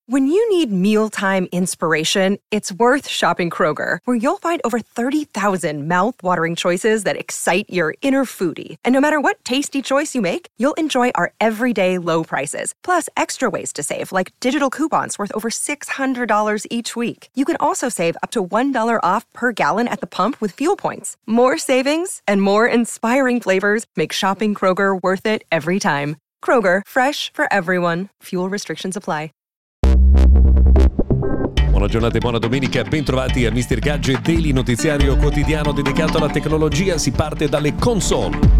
When you need mealtime inspiration, it's worth shopping Kroger, where you'll find over 30,000 mouth-watering choices that excite your inner foodie. And no matter what tasty choice you make, you'll enjoy our everyday low prices, plus extra ways to save, like digital coupons worth over $600 each week. You can also save up to $1 off per gallon at the pump with fuel points. More savings and more inspiring flavors make shopping Kroger worth it every time. Kroger, fresh for everyone. Fuel restrictions apply. Buona giornata e buona domenica, bentrovati a Mr. Gadget Daily, notiziario quotidiano dedicato alla tecnologia. Si parte dalle console.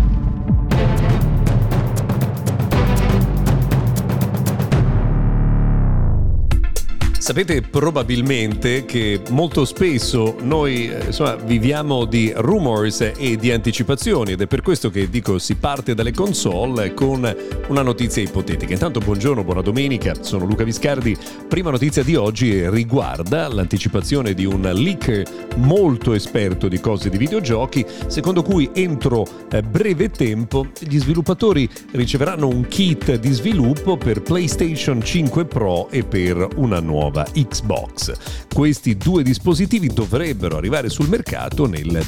Sapete probabilmente che molto spesso noi viviamo di rumors e di anticipazioni, ed è per questo che dico si parte dalle console con una notizia ipotetica. Intanto buongiorno, buona domenica, sono Luca Viscardi. Prima notizia di oggi riguarda l'anticipazione di un leaker molto esperto di cose di videogiochi, secondo cui entro breve tempo gli sviluppatori riceveranno un kit di sviluppo per PlayStation 5 Pro e per una nuova Xbox. Questi due dispositivi dovrebbero arrivare sul mercato nel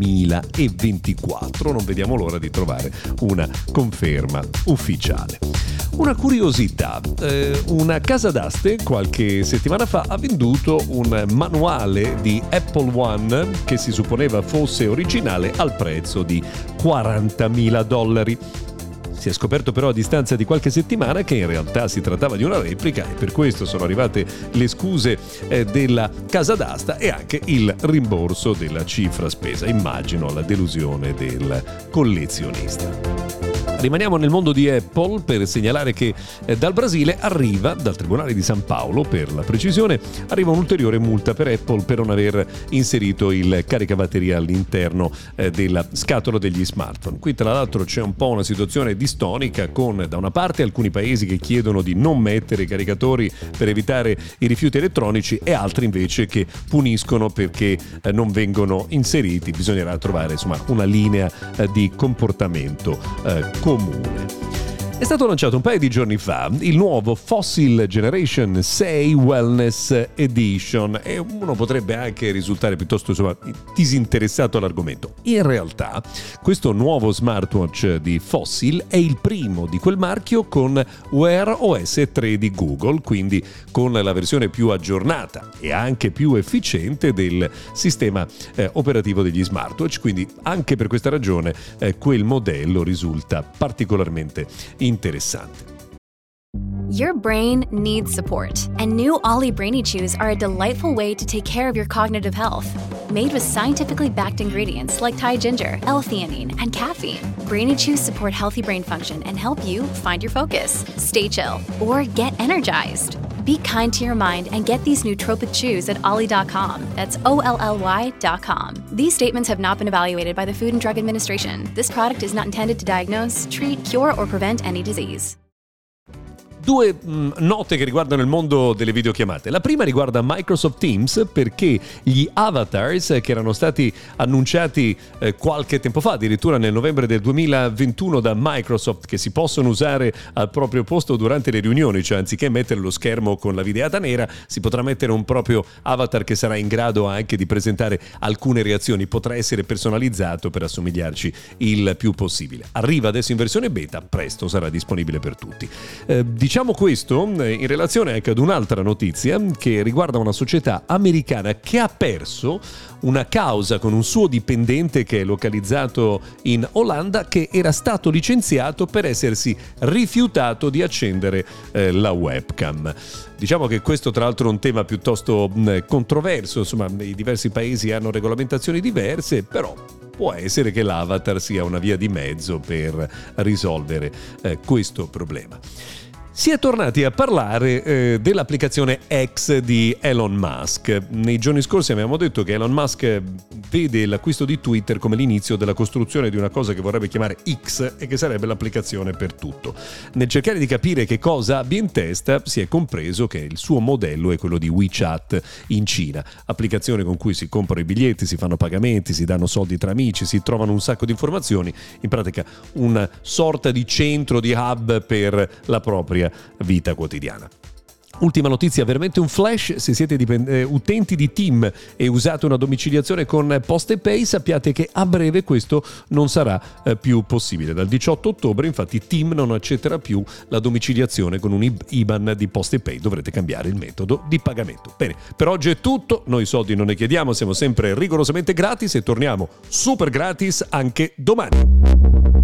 2024. Non vediamo l'ora di trovare una conferma ufficiale. Una curiosità, una casa d'aste qualche settimana fa ha venduto un manuale di Apple One che si supponeva fosse originale al prezzo di $40.000. Si è scoperto però a distanza di qualche settimana che in realtà si trattava di una replica, e per questo sono arrivate le scuse della casa d'asta e anche il rimborso della cifra spesa. Immagino la delusione del collezionista. Rimaniamo nel mondo di Apple per segnalare che dal Brasile arriva, dal Tribunale di San Paolo per la precisione, arriva un'ulteriore multa per Apple per non aver inserito il caricabatteria all'interno della scatola degli smartphone. Qui tra l'altro c'è un po' una situazione distonica con da una parte alcuni paesi che chiedono di non mettere i caricatori per evitare i rifiuti elettronici e altri invece che puniscono perché non vengono inseriti. Bisognerà trovare una linea di comportamento comune. È stato lanciato un paio di giorni fa il nuovo Fossil Generation 6 Wellness Edition e uno potrebbe anche risultare piuttosto disinteressato all'argomento. In realtà questo nuovo smartwatch di Fossil è il primo di quel marchio con Wear OS 3 di Google, quindi con la versione più aggiornata e anche più efficiente del sistema operativo degli smartwatch, quindi anche per questa ragione quel modello risulta particolarmente interessante. Your brain needs support, and new Ollie Brainy Chews are a delightful way to take care of your cognitive health. Made with scientifically backed ingredients like Thai ginger, L-theanine, and caffeine, Brainy Chews support healthy brain function and help you find your focus, stay chill, or get energized. Be kind to your mind and get these nootropic chews at ollie.com. That's OLLY.com. These statements have not been evaluated by the Food and Drug Administration. This product is not intended to diagnose, treat, cure, or prevent any disease. Due note che riguardano il mondo delle videochiamate. La prima riguarda Microsoft Teams, perché gli avatars che erano stati annunciati qualche tempo fa, addirittura nel novembre del 2021 da Microsoft, che si possono usare al proprio posto durante le riunioni, cioè anziché mettere lo schermo con la videata nera si potrà mettere un proprio avatar che sarà in grado anche di presentare alcune reazioni, potrà essere personalizzato per assomigliarci il più possibile. Arriva adesso in versione beta, presto sarà disponibile per tutti. Diciamo questo in relazione anche ad un'altra notizia che riguarda una società americana che ha perso una causa con un suo dipendente che è localizzato in Olanda, che era stato licenziato per essersi rifiutato di accendere la webcam. Diciamo che questo tra l'altro è un tema piuttosto controverso, i diversi paesi hanno regolamentazioni diverse, però può essere che l'avatar sia una via di mezzo per risolvere questo problema. Si è tornati a parlare dell'applicazione X di Elon Musk. Nei giorni scorsi abbiamo detto che Elon Musk vede l'acquisto di Twitter come l'inizio della costruzione di una cosa che vorrebbe chiamare X e che sarebbe l'applicazione per tutto. Nel cercare di capire che cosa abbia in testa, si è compreso che il suo modello è quello di WeChat in Cina, applicazione con cui si comprano i biglietti, si fanno pagamenti, si danno soldi tra amici, si trovano un sacco di informazioni, in pratica una sorta di centro, di hub per la propria vita quotidiana. Ultima notizia, veramente un flash: se siete utenti di TIM e usate una domiciliazione con PostePay, sappiate che a breve questo non sarà più possibile. Dal 18 ottobre infatti TIM non accetterà più la domiciliazione con un IBAN di PostePay, dovrete cambiare il metodo di pagamento. Bene, per oggi è tutto, noi soldi non ne chiediamo, siamo sempre rigorosamente gratis e torniamo super gratis anche domani.